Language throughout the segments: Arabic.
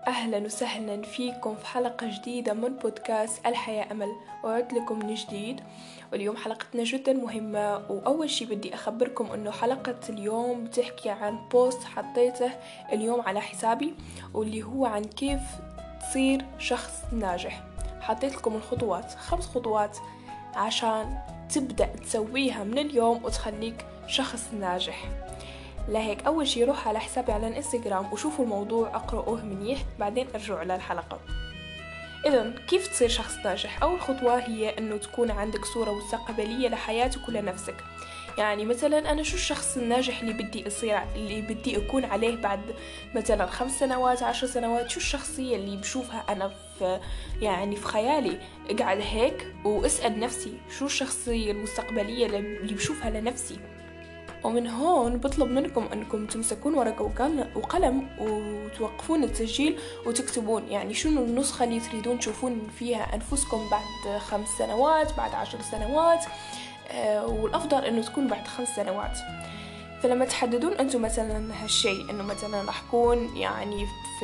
أهلا وسهلا فيكم في حلقة جديدة من بودكاست الحياة أمل. وعد لكم من جديد، واليوم حلقتنا جدا مهمة. وأول شي بدي أخبركم أنه حلقة اليوم بتحكي عن بوست حطيته اليوم على حسابي، واللي هو عن كيف تصير شخص ناجح. حطيت لكم الخطوات، 5 خطوات عشان تبدأ تسويها من اليوم وتخليك شخص ناجح. لهيك أول شي روح على حسابي على الانستغرام وشوفوا الموضوع، أقرأوه منيح، بعدين أرجعوا للحلقة. إذن كيف تصير شخص ناجح؟ أول خطوة هي أنه تكون عندك صورة مستقبلية لحياتك ولنفسك. يعني مثلا أنا شو الشخص الناجح اللي بدي أكون عليه بعد مثلا 5 سنوات 10 سنوات؟ شو الشخصية اللي بشوفها أنا في خيالي؟ اقعد هيك واسأل نفسي شو الشخصية المستقبلية اللي بشوفها لنفسي. ومن هون بطلب منكم أنكم تمسكون ورقة وقلم وتوقفون التسجيل وتكتبون يعني شنو النسخة اللي تريدون تشوفون فيها أنفسكم بعد 5 سنوات، بعد 10 سنوات، والأفضل أنه تكون بعد 5 سنوات. فلما تحددون أنتم مثلا هالشيء أنه مثلا راح أكون يعني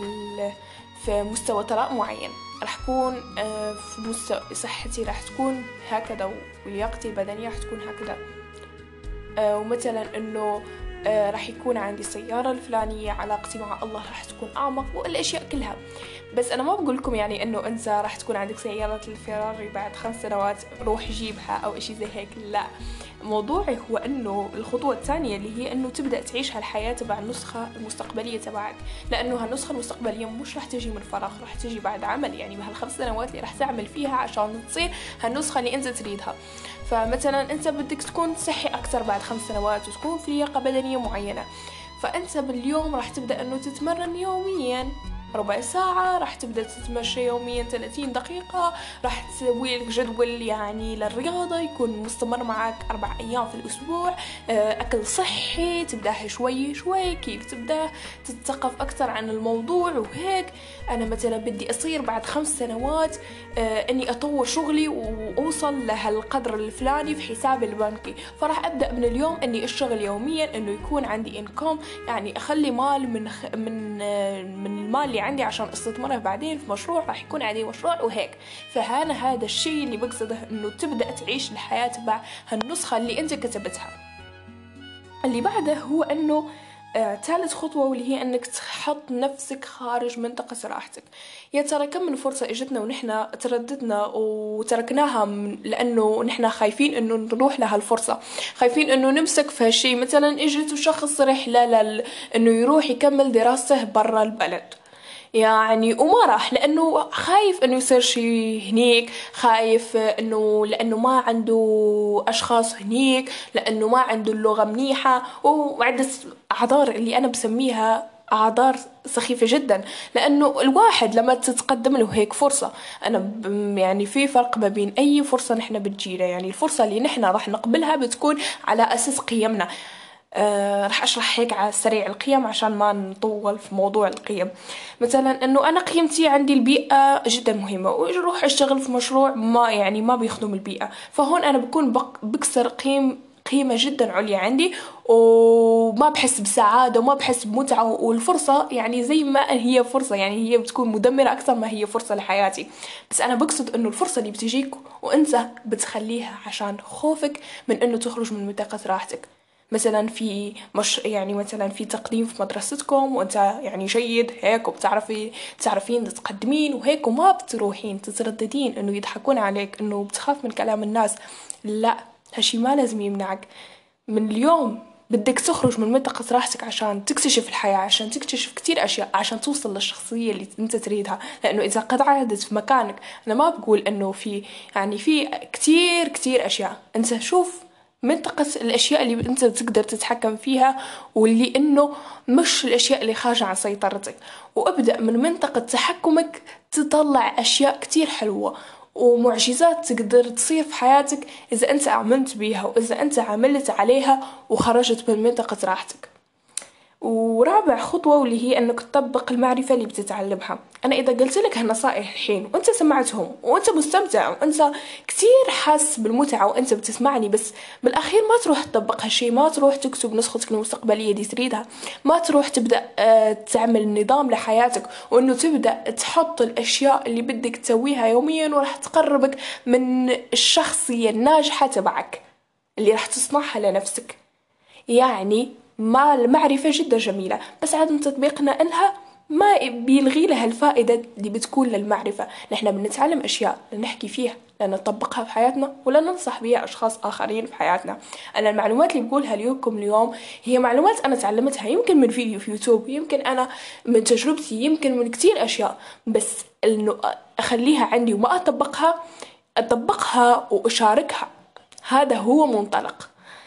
في مستوى ثراء معين، راح أكون في مستوى صحتي راح تكون هكذا، ولياقتي البدنية راح تكون هكذا، ومثلا انه راح يكون عندي سيارة الفلانية، علاقتي مع الله راح تكون اعمق، والاشياء كلها. بس انا ما بقول لكم يعني انه انت راح تكون عندك سيارة الفيراري بعد 5 سنوات روح جيبها او اشي زي هيك، لا. موضوعي هو انه الخطوة الثانية اللي هي انه تبدأ تعيش هالحياة تبع النسخة المستقبلية تبعك، لانه هالنسخة المستقبلية مش راح تجي من فراغ، راح تجي بعد عمل، يعني بهال5 سنوات اللي راح تعمل فيها عشان تصير هالنسخة اللي انت تريدها. فمثلا انت بدك تكون صحي اكثر بعد 5 سنوات وتكون في لياقة بدنية معينة، فانت باليوم راح تبدأ انه تتمرن يوميا ربع ساعة، راح تبدأ تتمشى يوميا 30 دقيقة، راح تسوي لك جدول يعني للرياضة يكون مستمر معك 4 أيام في الأسبوع، أكل صحي تبدأ شوي شوي، كيف تبدأ تتثقف أكثر عن الموضوع وهيك. أنا مثلا بدي أصير بعد 5 سنوات أني أطور شغلي وأوصل لهالقدر الفلاني في حسابي البنكي، فراح أبدأ من اليوم أني أشتغل يوميا أنه يكون عندي إنكم، يعني أخلي مال من المال اللي عندي عشان استثمره بعدين في مشروع، راح يكون عندي مشروع وهيك. هذا الشيء اللي بقصده، انه تبدأ تعيش الحياة تبع هالنسخة اللي انت كتبتها. اللي بعده هو انه ثالث خطوة، واللي هي انك تحط نفسك خارج منطقة راحتك. يا ترى كم من فرصة اجتنا ونحنا ترددنا وتركناها لانه نحنا خايفين انه نروح لها الفرصة، خايفين انه نمسك في هالشيء. مثلا اجت شخص رحلة انه يروح يكمل دراسته برا البلد، يعني وما راح لأنه خايف إنه يصير شيء هنيك، خايف لأنه ما عنده أشخاص هنيك، لأنه ما عنده اللغة منيحة، وعدة أعذار اللي أنا بسميها أعذار سخيفة جدا. لأنه الواحد لما تتقدم له هيك فرصة، أنا يعني في فرق ما بين أي فرصة نحن بتجينا، يعني الفرصة اللي نحن راح نقبلها بتكون على أساس قيمنا. راح أشرح هيك على السريع القيم عشان ما نطول في موضوع القيم. مثلا إنه أنا قيمتي عندي البيئة جدا مهمة، وأروح أشتغل في مشروع ما بيخدم البيئة، فهون أنا بكون بكسر قيمة جدا عليا عندي، وما بحس بسعادة وما بحس بمتعة. والفرصة يعني زي ما هي فرصة، يعني هي بتكون مدمرة أكثر ما هي فرصة لحياتي. بس أنا بقصد إنه الفرصة اللي بتجيك وأنت بتخليها عشان خوفك من إنه تخرج من منطقة راحتك. مثلا يعني مثلا في تقديم في مدرستكم وانت يعني جيد هيك، تعرفين تقدمين وهيك، وما بتروحين تترددين انه يضحكون عليك، انه بتخاف من كلام الناس. لا، هالشي ما لازم يمنعك. من اليوم بدك تخرج من منطقة راحتك عشان تكتشف الحياة، عشان تكتشف كتير أشياء، عشان توصل للشخصية اللي أنت تريدها. لأنه إذا قد عادت في مكانك، أنا ما بقول إنه في كتير أشياء. أنت شوف منطقة الأشياء اللي أنت تقدر تتحكم فيها، واللي إنه مش الأشياء اللي خارجة عن سيطرتك، وأبدأ من منطقة تحكمك تطلع أشياء كتير حلوة ومعجزات تقدر تصير في حياتك إذا أنت عملت بيها، وإذا أنت عملت عليها وخرجت من منطقة راحتك. ورابع خطوة واللي هي انك تطبق المعرفة اللي بتتعلمها. انا اذا قلت لك هالنصائح الحين وانت سمعتهم وانت مستمتع وانت كتير حاس بالمتعة وانت بتسمعني، بس بالاخير ما تروح تطبق هالشي، ما تروح تكتب نسختك المستقبلية دي تريدها، ما تروح تبدأ تعمل نظام لحياتك وانه تبدأ تحط الاشياء اللي بدك تسويها يوميا وراح تقربك من الشخصية الناجحة تبعك اللي راح تصنعها لنفسك. يعني ما المعرفة جدا جميلة، بس عدم تطبيقنا إلها ما بيلغي لها الفائدة اللي بتكون للمعرفة. نحن بنتعلم أشياء لنحكي فيها، لنطبقها في حياتنا، ولا ننصح بها أشخاص آخرين في حياتنا. أنا المعلومات اللي بقولها لكم اليوم هي معلومات أنا تعلمتها، يمكن من فيديو في يوتيوب، يمكن أنا من تجربتي، يمكن من كتير أشياء، بس إنه أخليها عندي وما أطبقها وأشاركها، هذا هو منطلق.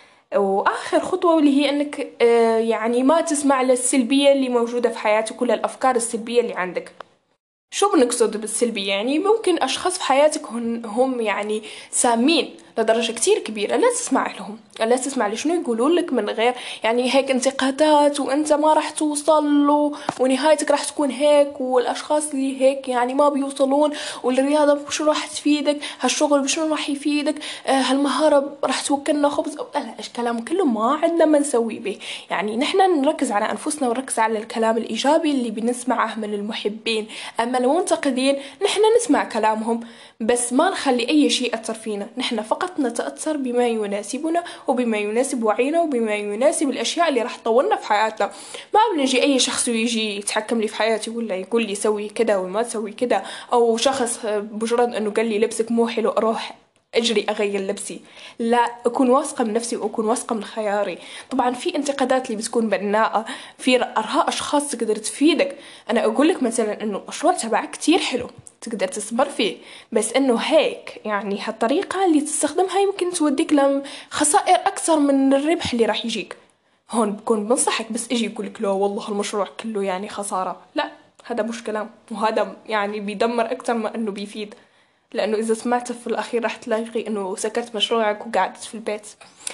وآخر خطوة واللي هي إنك يعني ما تسمع للسلبية اللي موجودة في حياتك ولا الأفكار السلبية اللي عندك. شو بنقصد بالسلبي؟ يعني ممكن أشخاص في حياتك هم يعني سامين لدرجة كتير كبيرة، لا تسمع لهم، لا تسمع لشنو يقولون لك، من غير يعني هيك انتقادات وانت ما راح توصل ونهايتك راح تكون هيك، والأشخاص اللي هيك يعني ما بيوصلون، والرياضة بشو راح تفيدك، هالشغل بشنو راح يفيدك، هالمهارة راح توكلنا خبز لا إيش كلام كله ما عندنا ما نسوي به. يعني نحن نركز على أنفسنا ونركز على الكلام الإيجابي اللي بنسمعه من المحبين. أما المنتقدين نحن نسمع كلامهم بس ما نخلي أي شيء يأثر فينا، نحن فقط نتأثر بما يناسبنا وبما يناسب وعينا وبما يناسب الأشياء اللي راح تطورنا في حياتنا. ما بنجي أي شخص ويجي يتحكم لي في حياتي ولا يقول لي سوي كده وما تسوي كده، أو شخص بمجرد أنه قال لي لبسك مو حلو أروح أجري أغير لبسي. لا، أكون واثقة من نفسي وأكون واثقة من خياري. طبعا في انتقادات اللي بتكون بناءة، في آراء أشخاص تقدر تفيدك. أنا أقول لك مثلا إنه المشروع تبعك كتير حلو تقدر تستمر فيه، بس إنه هيك يعني هالطريقة اللي تستخدمها يمكن توديك لخسائر أكثر من الربح اللي راح يجيك. هون بكون بنصحك، بس إجي يقولك لا والله المشروع كله يعني خسارة، لا، هذا مش كلام، وهذا يعني بيدمر أكثر ما إنه بيفيد، لأنه إذا سمعت في الأخير راح تلاقي إنه سكرت مشروعك وقعدت في البيت.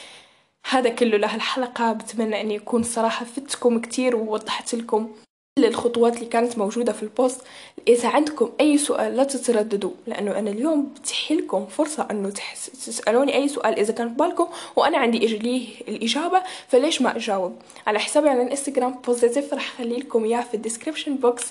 هذا كله لهالحلقة، بتمنى أني أكون صراحة فدتكم كتير ووضحت لكم كل الخطوات اللي كانت موجودة في البوست. إذا عندكم أي سؤال لا تترددوا، لأنه أنا اليوم بتحي لكم فرصة أنه تسألوني أي سؤال إذا كان في بالكم وأنا عندي ليه الإجابة، فليش ما أجاوب. على حسابي على الانستغرام بوزيتيف راح أخلي لكم إياه في الديسكريبشن بوكس.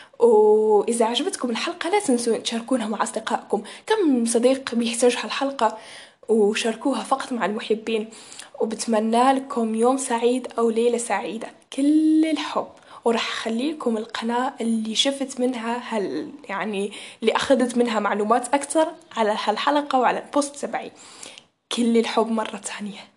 وإذا عجبتكم الحلقة لا تنسوا تشاركونها مع أصدقائكم، كم صديق بيحتاج هالحلقة، وشاركوها فقط مع المحبين. وبتمنى لكم يوم سعيد أو ليلة سعيدة، كل الحب. وراح أخليكم القناة اللي شفت منها يعني اللي أخذت منها معلومات أكثر على هالحلقة وعلى البوست تبعي. كل الحب مرة تانية.